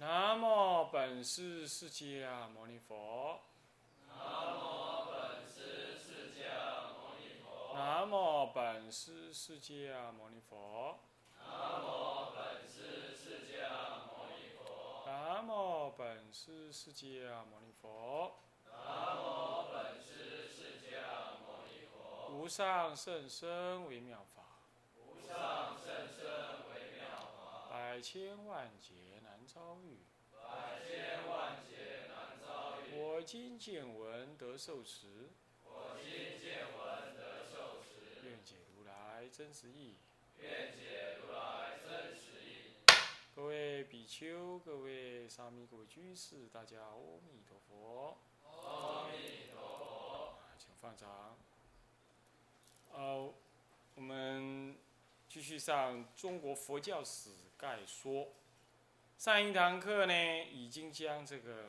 南无本师释迦牟尼佛。 南无本师释迦牟尼佛。 南无本师释迦牟尼佛。 南无本师释迦牟尼佛。 南无本师释迦牟尼佛。 南无本师释迦牟尼佛。 无上甚深微妙法， 无上甚深微妙法， 百千万劫难遭遇。 百千万劫难遭遇。 我今见闻得受持， 我今见闻得受持， 愿解如来真实义。 愿解如来真实义。 各位比丘、各位沙弥、各位居士，大家阿弥陀佛。 阿弥陀佛。 请放掌。我们继续上《中国佛教史概说》。上一堂课呢，已经将这个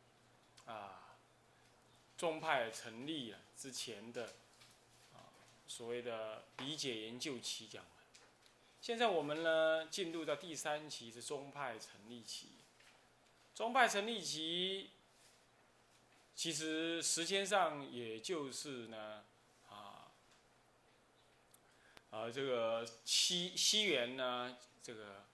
宗派成立了之前的所谓的理解研究期讲完。现在我们呢进入到第3期是宗派成立期。宗派成立期其实时间上也就是呢这个西元呢这个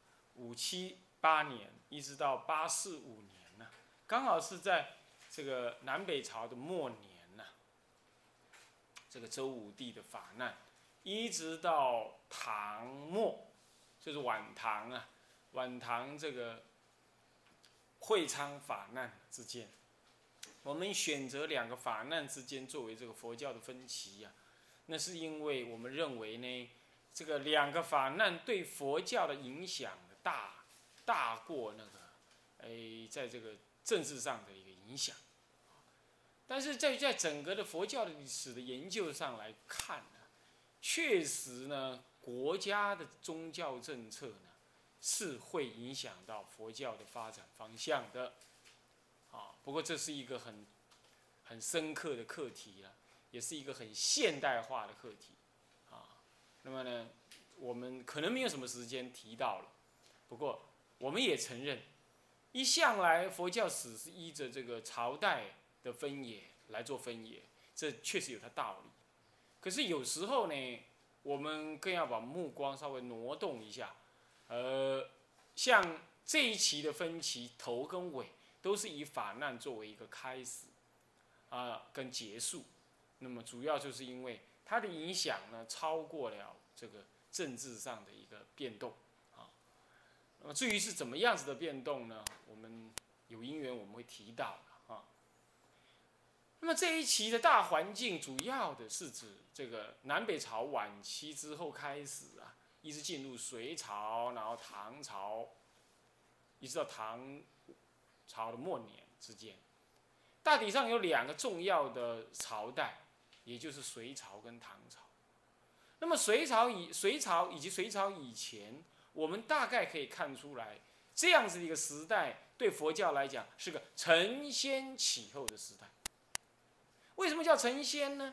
578年一直到845年呢，刚好是在这个南北朝的末年呢，这个周武帝的法难，一直到唐末，就是晚唐啊，晚唐这个会昌法难之间，我们选择2个法难之间作为这个佛教的分歧啊，那是因为我们认为呢，这个2个法难对佛教的影响大过那个在这个政治上的一个影响。但是在整个的佛教的历史的研究上来看呢，确实呢，国家的宗教政策呢是会影响到佛教的发展方向的。不过这是一个很深刻的课题了，也是一个很现代化的课题。那么呢，我们可能没有什么时间提到了，不过我们也承认，一向来佛教史是依着这个朝代的分野来做分野，这确实有它道理。可是有时候呢，我们更要把目光稍微挪动一下。像这一期的分歧，头跟尾都是以法难作为一个开始跟结束。那么主要就是因为它的影响呢，超过了这个政治上的一个变动。那么至于是怎么样子的变动呢？我们有因缘我们会提到的。那么这一期的大环境，主要的是指这个南北朝晚期之后开始一直进入隋朝，然后唐朝，一直到唐朝的末年之间，大体上有2个重要的朝代，也就是隋朝跟唐朝。那么隋朝以及隋朝以前，我们大概可以看出来，这样子的一个时代对佛教来讲是个承先启后的时代。为什么叫承先呢？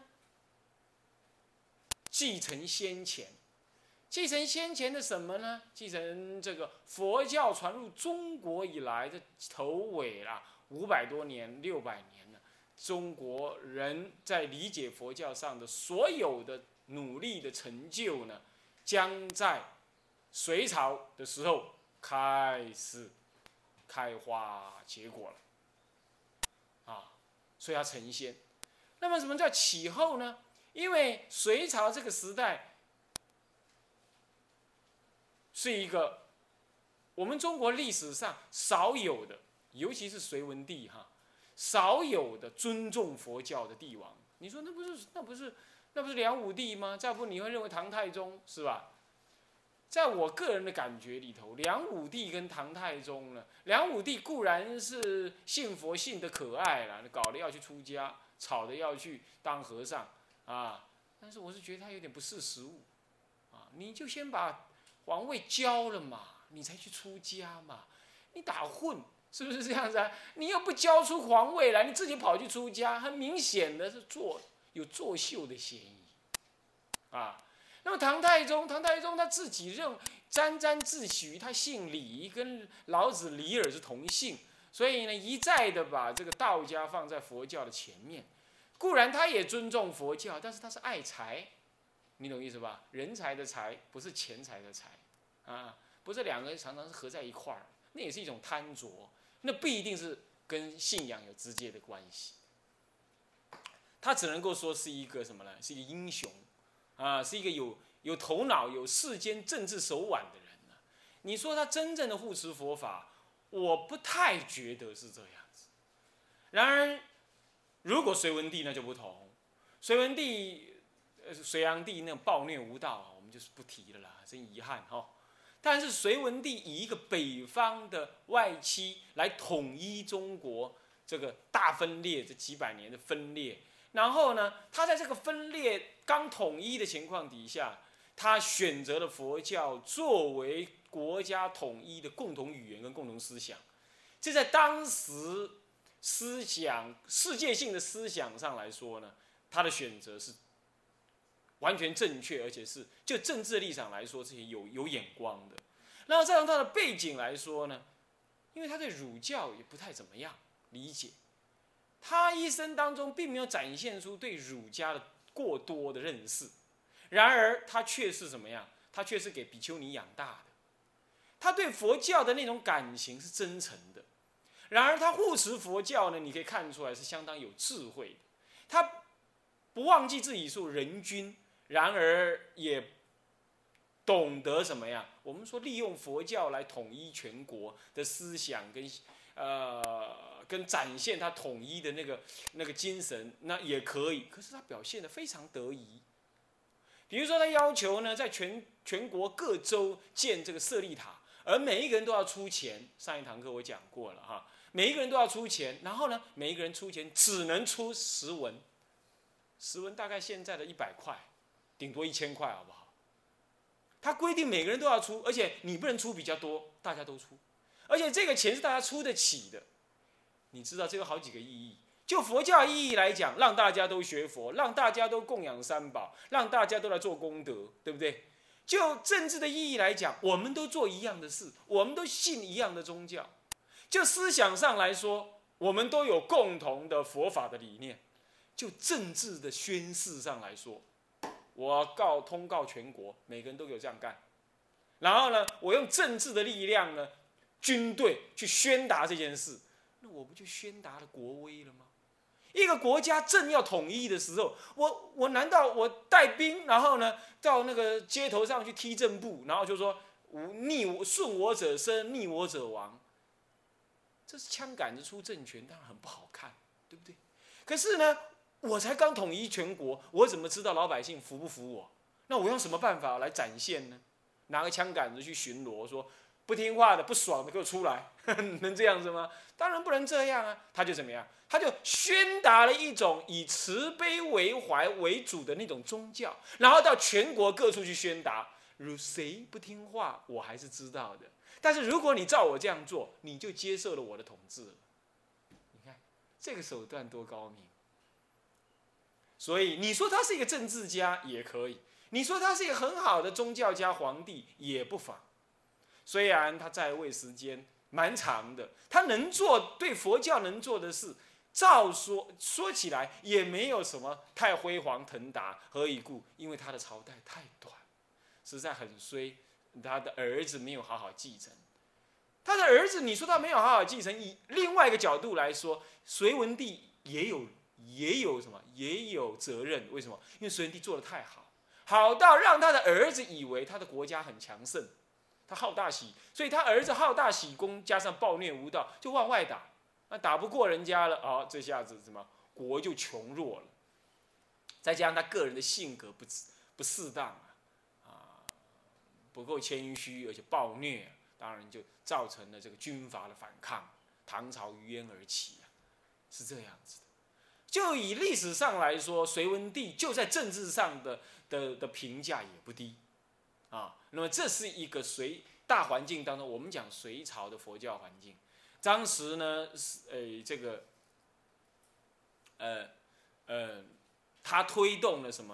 继承先前。继承先前的什么呢？继承这个佛教传入中国以来的头尾500多年、600年了，中国人在理解佛教上的所有的努力的成就呢，将在隋朝的时候开始开花结果了，所以它承先。那么什么叫启后呢？因为隋朝这个时代是一个我们中国历史上少有的，尤其是隋文帝少有的尊重佛教的帝王。你说那不是梁武帝吗？再不你会认为唐太宗是吧？在我个人的感觉里头，梁武帝跟唐太宗呢，梁武帝固然是信佛信得可爱了，搞得要去出家，吵得要去当和尚但是我是觉得他有点不识时务你就先把皇位交了嘛，你才去出家嘛，你打混是不是这样子你又不交出皇位来，你自己跑去出家，很明显的是有作秀的嫌疑那么唐太宗他自己沾沾自喜，他姓李，跟老子李耳是同姓，所以呢一再的把这个道家放在佛教的前面。固然他也尊重佛教，但是他是爱财，你懂意思吧？人才的财不是钱财的财啊，不是两个常常是合在一块儿，那也是一种贪着，那不一定是跟信仰有直接的关系。他只能够说是一个什么呢？是一个英雄啊，是一个有头脑、有世间政治手腕的人啊。你说他真正的护持佛法，我不太觉得是这样子。然而，如果隋文帝那就不同，隋文帝、隋炀帝那种暴虐无道啊，我们就是不提了啦，真遗憾哈。但是隋文帝以一个北方的外戚来统一中国这个大分裂，这几百年的分裂。然后呢，他在这个分裂刚统一的情况底下，他选择了佛教作为国家统一的共同语言跟共同思想。这在当时思想世界性的思想上来说呢，他的选择是完全正确，而且是就政治立场来说是有眼光的。那再从他的背景来说呢，因为他对儒教也不太怎么样理解。他一生当中并没有展现出对儒家的过多的认识，然而他却是怎么样？他却是给比丘尼养大的。他对佛教的那种感情是真诚的，然而他护持佛教呢，你可以看出来是相当有智慧的。他不忘记自己是人君，然而也懂得什么样？我们说利用佛教来统一全国的思想跟展现他统一的那个精神，那也可以。可是他表现得非常得宜。比如说，他要求呢，在全国各州建这个舍利塔，而每一个人都要出钱。上一堂课我讲过了哈，每一个人都要出钱，然后呢，每一个人出钱只能出10文，10文大概现在的100块，顶多1000块，好不好？他规定每个人都要出，而且你不能出比较多，大家都出，而且这个钱是大家出得起的。你知道这有好几个意义。就佛教意义来讲，让大家都学佛，让大家都供养三宝，让大家都来做功德，对不对？就政治的意义来讲，我们都做一样的事，我们都信一样的宗教。就思想上来说，我们都有共同的佛法的理念。就政治的宣示上来说，我通告全国，每个人都有这样干。然后呢，我用政治的力量呢，军队去宣达这件事。那我不就宣达了国威了吗？一个国家正要统一的时候，我难道我带兵，然后呢到那个街头上去踢正步，然后就说顺我者生，逆我者亡？这是枪杆子出政权，当然很不好看，对不对？可是呢，我才刚统一全国，我怎么知道老百姓服不服我？那我用什么办法来展现呢？拿个枪杆子去巡逻，说不听话的、不爽的给我出来，能这样子吗？当然不能这样啊！他就怎么样？他就宣达了一种以慈悲为怀为主的那种宗教，然后到全国各处去宣达。如谁不听话，我还是知道的。但是如果你照我这样做，你就接受了我的统治了。你看这个手段多高明！所以你说他是一个政治家也可以，你说他是一个很好的宗教家皇帝也不妨。虽然他在位时间蛮长的，他能做对佛教能做的事，照说起来也没有什么太辉煌腾达。何以故？因为他的朝代太短，实在很衰。他的儿子没有好好继承，他的儿子，你说他没有好好继承，以另外一个角度来说，隋文帝也有什么？也有责任。为什么？因为隋文帝做得太好，好到让他的儿子以为他的国家很强盛。他好大喜，所以他儿子好大喜功，加上暴虐无道，就往外打。那打不过人家了，这下子什么国就穷弱了。再加上他个人的性格不适当不够谦虚，而且暴虐，当然就造成了这个军阀的反抗，唐朝于焉而起是这样子的。就以历史上来说，隋文帝就在政治上的评价也不低。那么这是一个大环境当中，我们讲隋朝的佛教环境，当时呢，他推动了什么呢？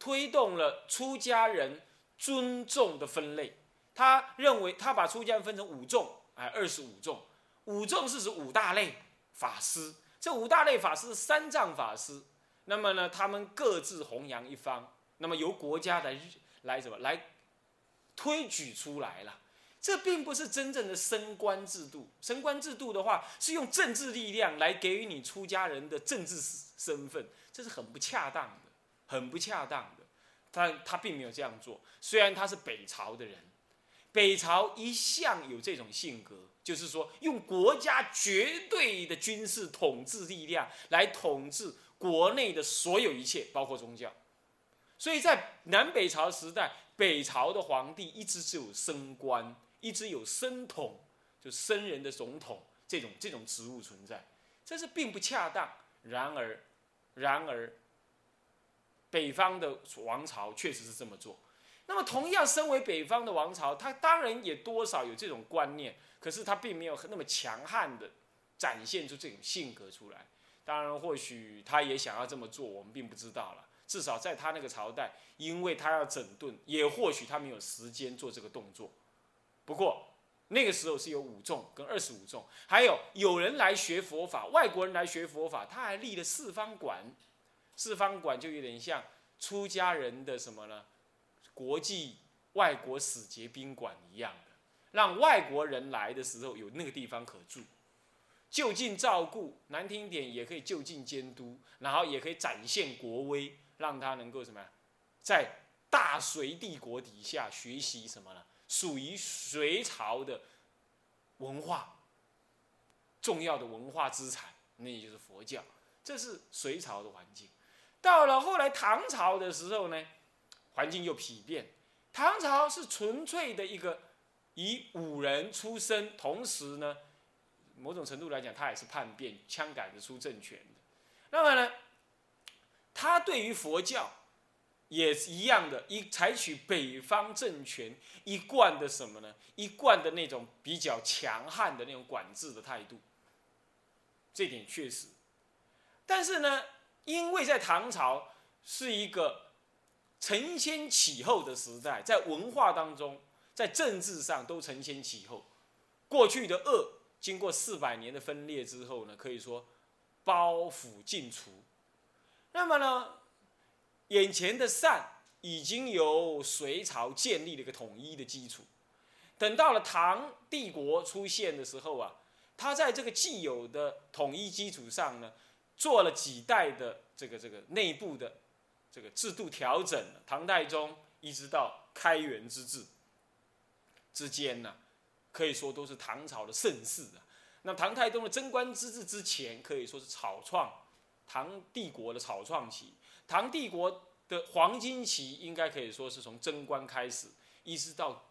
推动了出家人尊重的分类。他认为他把出家人分成5众，25众。5众是指5大类法师，这5大类法师是三藏法师。那么呢，他们各自弘扬一方，那么由国家来推举出来了。这并不是真正的升官制度。升官制度的话，是用政治力量来给予你出家人的政治身份，这是很不恰当的，很不恰当的。他并没有这样做。虽然他是北朝的人，北朝一向有这种性格，就是说用国家绝对的军事统治力量来统治国内的所有一切，包括宗教。所以在南北朝时代，北朝的皇帝一直只有升官，一直有升统，就升人的总统这种职务存在，这是并不恰当。然而，北方的王朝确实是这么做。那么，同样身为北方的王朝，他当然也多少有这种观念，可是他并没有那么强悍的展现出这种性格出来。当然，或许他也想要这么做，我们并不知道了。至少在他那个朝代，因为他要整顿，也或许他没有时间做这个动作。不过那个时候是有5众跟25众，还有人来学佛法，外国人来学佛法，他还立了4方馆。4方馆就有点像出家人的什么呢？国际外国使节宾馆一样的，让外国人来的时候有那个地方可住，就近照顾，难听一点也可以就近监督，然后也可以展现国威，让他能够什么，在大隋帝国底下学习什么呢？属于隋朝的文化，重要的文化资产，那也就是佛教。这是隋朝的环境。到了后来唐朝的时候呢，环境又丕变。唐朝是纯粹的一个以武人出身，同时呢，某种程度来讲，他也是叛变，枪杆子出政权的。那么呢，他对于佛教也是一样的，采取北方政权一贯的什么呢？一贯的那种比较强悍的那种管制的态度。这点确实。但是呢，因为在唐朝是一个承先启后的时代，在文化当中，在政治上都承先启后。过去的恶经过400年的分裂之后呢，可以说包袱尽除。那么呢，眼前的善已经由隋朝建立了一个统一的基础。等到了唐帝国出现的时候啊，他在这个既有的统一基础上呢，做了几代的这个内部的这个制度调整。唐太宗一直到开元之治之间呢，可以说都是唐朝的盛世啊。那唐太宗的贞观之治之前，可以说是草创唐帝国的草创期。唐帝国的黄金期应该可以说是从贞观开始，一直到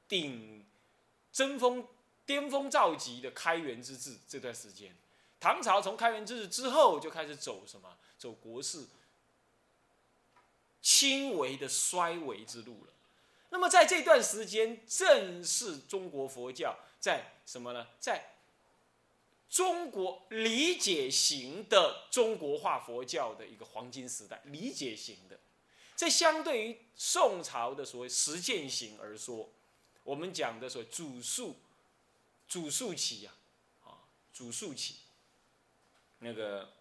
巅峰造极的开元之治这段时间。唐朝从开元之治之后就开始走什么？走国势轻微的衰微之路了。那么在这段时间，正是中国佛教在什么呢？在中国理解型的中国化佛教的一个黄金时代，理解型的。这相对于宋朝的所谓实践型而说，我们讲的所谓主述期主述期，那个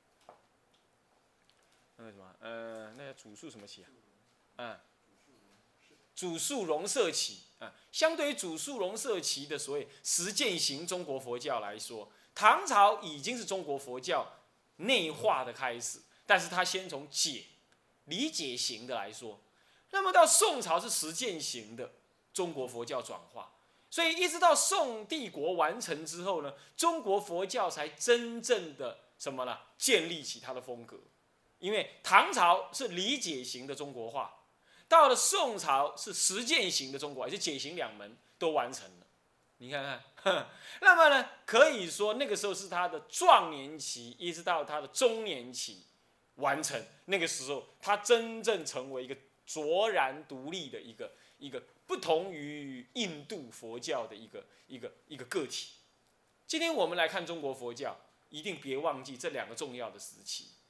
什么，那个主述什么期啊？主述容摄期啊，相对于主述容摄期的所谓实践型中国佛教来说，唐朝已经是中国佛教内化的开始，但是它先从理解型的来说，那么到宋朝是实践型的中国佛教转化，所以一直到宋帝国完成之后呢，中国佛教才真正的什么呢？建立起它的风格。因为唐朝是理解型的中国化，到了宋朝是实践型的中国化，也就解行2门都完成了。你看看，那么呢，可以说那个时候是他的壮年期，一直到他的中年期完成。那个时候，他真正成为一个卓然独立的一个不同于印度佛教的一个个体。今天我们来看中国佛教，一定别忘记这2个重要的时期。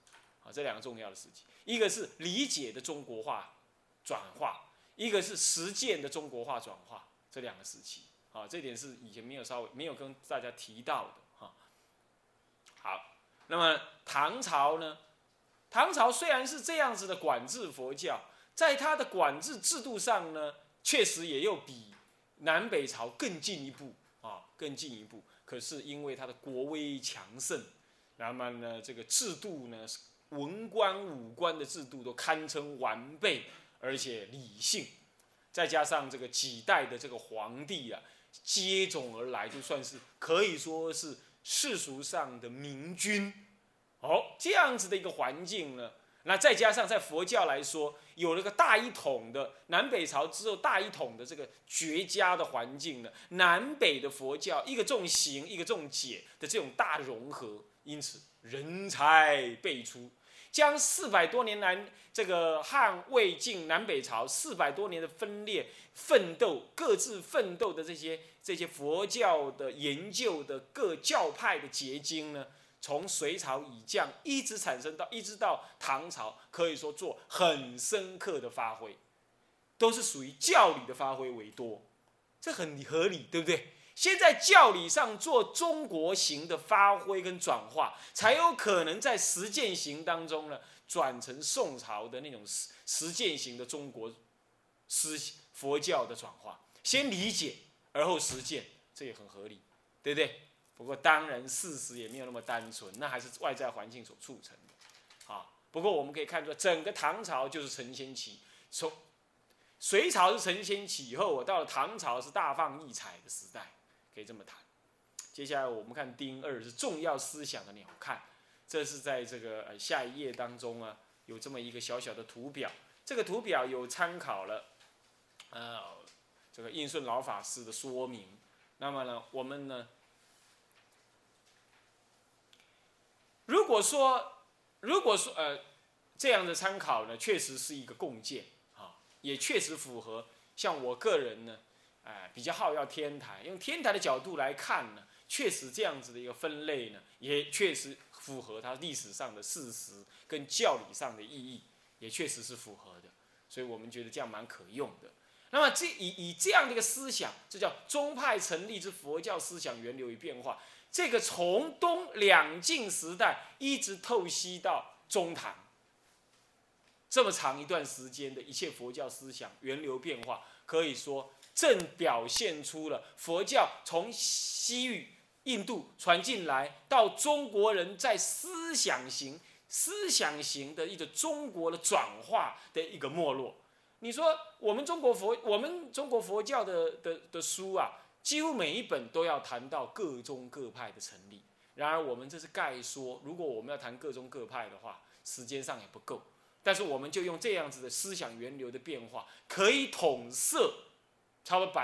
啊，这两个重要的时期，一个是理解的中国化转化，一个是实践的中国化转化，这两个时期，啊，这点是以前没有跟大家提到的哈。好，那么唐朝呢？唐朝虽然是这样子的管制佛教，在它的管制制度上呢，确实也又比南北朝更进一步啊，更进一步。可是因为它的国威强盛，那么呢，这个制度呢，文官武官的制度都堪称完备，而且理性，再加上这个几代的这个皇帝啊，接踵而来，就算是可以说是世俗上的明君。这样子的一个环境呢，那再加上在佛教来说，有了个大一统的南北朝之后大一统的这个绝佳的环境呢，南北的佛教一个重行一个重解的这种大融合，因此人才辈出，将400多年来这个汉魏晋南北朝400多年的分裂奋斗各自奋斗的这些佛教的研究的各教派的结晶呢，从隋朝以降一直产生到一直到唐朝，可以说做很深刻的发挥，都是属于教理的发挥为多，这很合理，对不对？先在教理上做中国型的发挥跟转化，才有可能在实践型当中呢，转成宋朝的那种实践型的中国佛教的转化。先理解而后实践，这也很合理，对不对？不过当然事实也没有那么单纯，那还是外在环境所促成的啊。不过我们可以看出，整个唐朝就是承先期，从隋朝是承先期以后，我到了唐朝是大放异彩的时代，可以这么谈。接下来我们看丁2是重要思想的鸟瞰，这是在这个下一页当中啊，有这么一个小小的图表，这个图表有参考了这个印顺老法师的说明。那么呢，我们呢，如果说这样的参考呢，确实是一个共建啊，也确实符合像我个人呢，比较好要天台，用天台的角度来看呢，确实这样子的一个分类呢，也确实符合它历史上的事实跟教理上的意义，也确实是符合的，所以我们觉得这样蛮可用的。那么以这样的一个思想，这叫宗派成立之佛教思想源流与变化。这个从东两晋时代一直透析到中唐，这么长一段时间的一切佛教思想源流变化，可以说正表现出了佛教从西域、印度传进来，到中国人在思想型的一个中国的转化的一个没落。你说我们中国佛教的书啊，几乎每一本都要谈到各宗各派的成立。然而我们这是概说，如果我们要谈各宗各派的话，时间上也不够。但是我们就用这样子的思想源流的变化，可以统摄差不多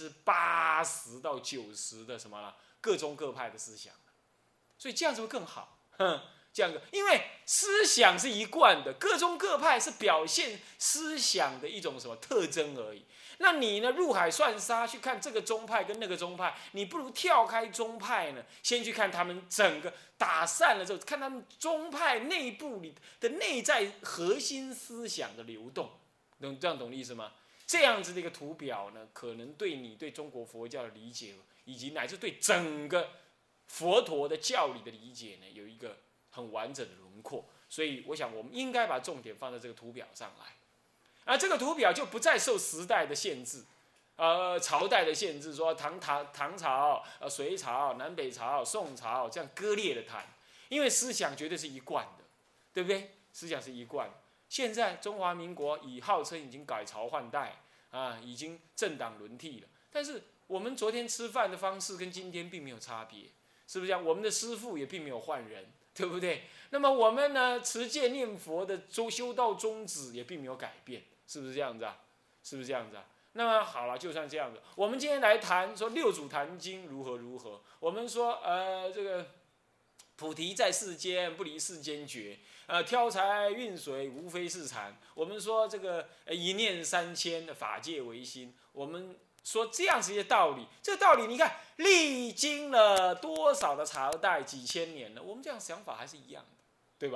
80%到90%的什么了各宗各派的思想，所以这样子会更好。这样的，因为思想是一贯的，各宗各派是表现思想的一种什么特征而已。那你呢，入海算沙去看这个宗派跟那个宗派，你不如跳开宗派呢，先去看他们整个打散了之后，看他们宗派内部里的内在核心思想的流动，这样懂意思吗？这样子的一个图表呢，可能对你对中国佛教的理解，以及乃至对整个佛陀的教理的理解呢，有一个很完整的轮廓。所以我想我们应该把重点放在这个图表上来，而这个图表就不再受时代的限制，朝代的限制，说唐朝、隋朝、南北朝、宋朝这样割裂的谈，因为思想绝对是一贯的，对不对？思想是一贯的。现在中华民国号称已经改朝换代啊，已经政党轮替了，但是我们昨天吃饭的方式跟今天并没有差别，是不是这样？我们的师父也并没有换人，对不对？那么我们呢，持戒念佛的修道宗旨也并没有改变，是不是这样子啊？是不是这样子啊？那么好了，就算这样子，我们今天来谈说六祖坛经如何，我们说这个菩提在世间，不离世间觉。挑柴运水，无非是禅。我们说这个一念3000，法界唯心。我们说这样子一些道理，这个道理你看，历经了多少的朝代，几千年了，我们这样想法还是一样的，对吧？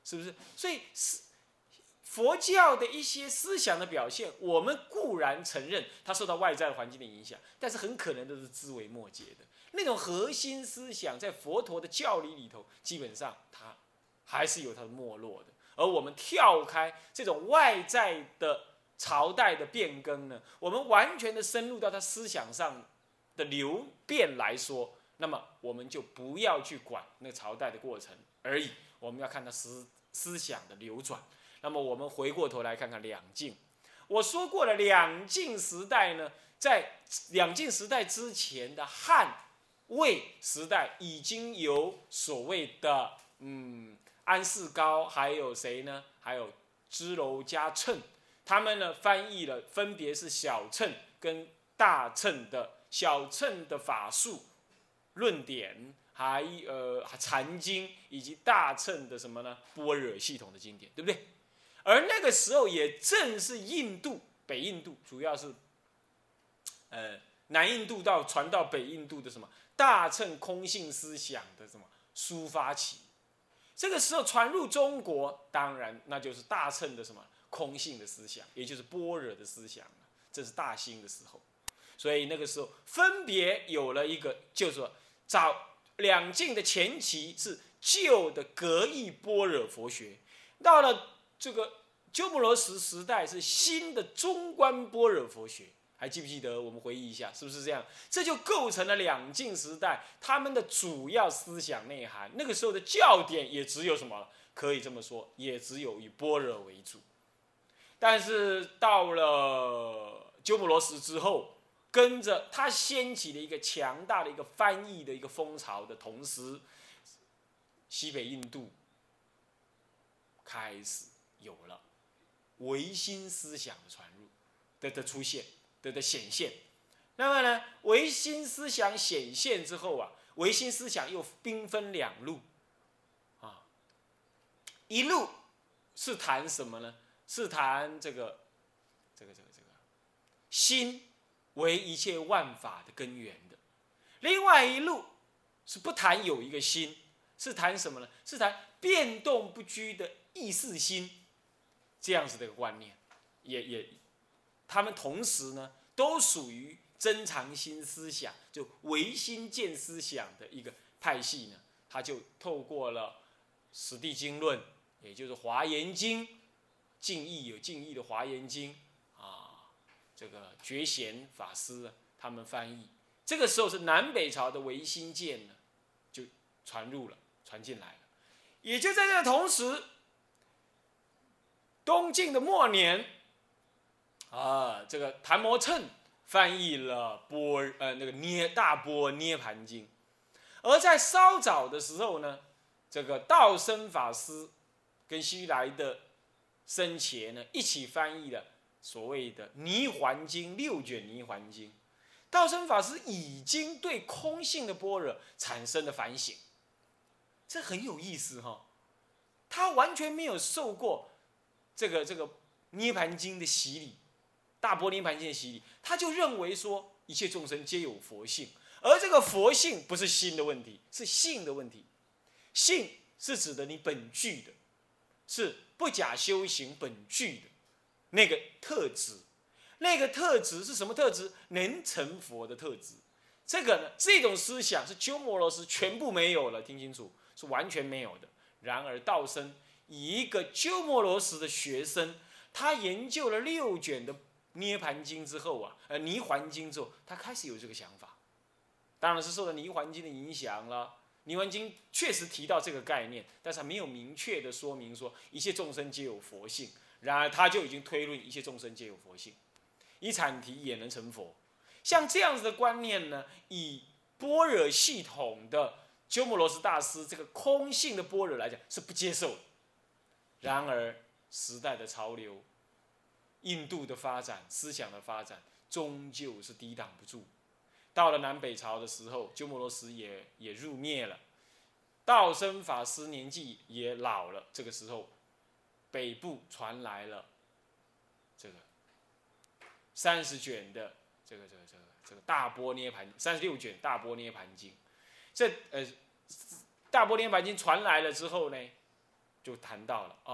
是不是？所以佛教的一些思想的表现，我们固然承认它受到外在的环境的影响，但是很可能都是枝微末节的。那种核心思想，在佛陀的教理里头，基本上它还是有它的没落的。而我们跳开这种外在的朝代的变更呢，我们完全的深入到他思想上的流变来说，那么我们就不要去管那个朝代的过程而已，我们要看他思想的流转。那么我们回过头来看看两晋，我说过了，两晋时代呢，在两晋时代之前的汉魏时代，已经有所谓的安世高，还有谁呢？还有支娄迦谶，他们呢翻译了，分别是小乘跟大乘的小乘的法术论点，还禅经，以及大乘的什么呢？般若系统的经典，对不对？而那个时候也正是印度、北印度，主要是南印度传到北印度的什么大乘空性思想的什么抒发起。这个时候传入中国，当然那就是大乘的什么空性的思想，也就是般若的思想，这是大兴的时候。所以那个时候分别有了一个，就是说两晋的前期是旧的格义般若佛学，到了这个鸠摩罗什时代是新的中观般若佛学。还记不记得？我们回忆一下，是不是这样？这就构成了两晋时代他们的主要思想内涵。那个时候的教典也只有什么？可以这么说，也只有以般若为主。但是到了鸠摩罗什之后，跟着他掀起了一个强大的一个翻译的一个风潮的同时，西北印度开始有了唯心思想的传入的出现。的显现，那么呢，唯心思想显现之后啊，唯心思想又兵分两路，啊，一路是谈什么呢？是谈这个心为一切万法的根源的。另外一路是不谈有一个心，是谈什么呢？是谈变动不居的意识心，这样子的一个观念，他们同时呢，都属于真常心思想，就唯心见思想的一个派系呢。他就透过了《史地经论》，也就是《华严经》，净义有净义的《华严经》啊，这个觉贤法师他们翻译。这个时候是南北朝的唯心见呢，就传进来了。也就在这个同时，东晋的末年。这个昙摩谶翻译了大般涅盘经，而在稍早的时候呢，这个道生法师跟西来的僧伽呢一起翻译了所谓的泥环经6卷泥环经。道生法师已经对空性的般若产生了反省，这很有意思哈。他完全没有受过这个涅盘经的洗礼。大般涅盘经的洗礼，他就认为说一切众生皆有佛性，而这个佛性不是心的问题，是性的问题。性是指的你本具的，是不假修行本具的那个特质。那个特质是什么特质？能成佛的特质。这个呢，这种思想是鸠摩罗什全部没有了，听清楚，是完全没有的。然而道生以一个鸠摩罗什的学生，他研究了6卷的涅盘经之后啊，泥环经之后，他开始有这个想法，当然是受到泥环经的影响了。泥环经确实提到这个概念，但是他没有明确的说明说一切众生皆有佛性。然而他就已经推论一切众生皆有佛性，以阐提也能成佛。像这样子的观念呢，以般若系统的鸠摩罗什大师这个空性的般若来讲是不接受的。然而时代的潮流，印度的发展，思想的发展，终究是抵挡不住。到了南北朝的时候，鸠摩罗什也入灭了，道生法师年纪也老了。这个时候，北部传来了这个30卷的这个大般涅盘36卷大般涅盘经。大般涅盘经传来了之后呢， 就谈到了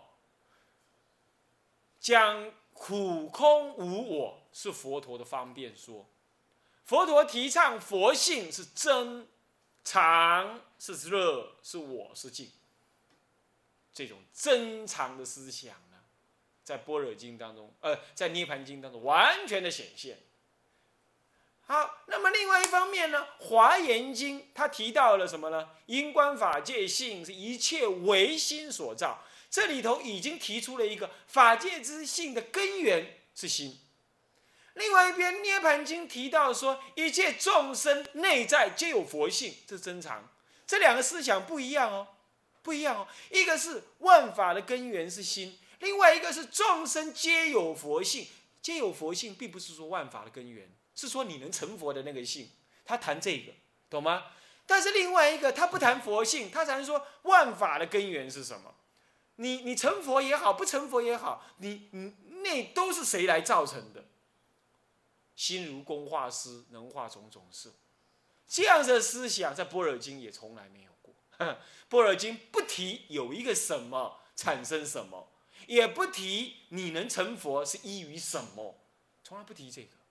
讲苦空无我是佛陀的方便说。佛陀提倡佛性是真、常、是乐、是我、是净，这种真常的思想呢，在般若经当中，在涅盘经当中完全的显现。好，那么另外一方面呢，《华严经》它提到了什么呢？因观法界性是一切唯心所造，这里头已经提出了一个法界之性的根源是心。另外一边，《涅盘经》提到说，一切众生内在皆有佛性，这是真常。这两个思想不一样哦，不一样哦。一个是万法的根源是心，另外一个是众生皆有佛性。皆有佛性，并不是说万法的根源，是说你能成佛的那个性。他谈这个，懂吗？但是另外一个，他不谈佛性，他谈说万法的根源是什么？你成佛也好，不成佛也好，你那都是谁来造成的？心如工画师，能画种种色。这样的思想在般若经也从来没有过。般若经不提有一个什么产生什么，也不提你能成佛是依于什么，从来不提这个。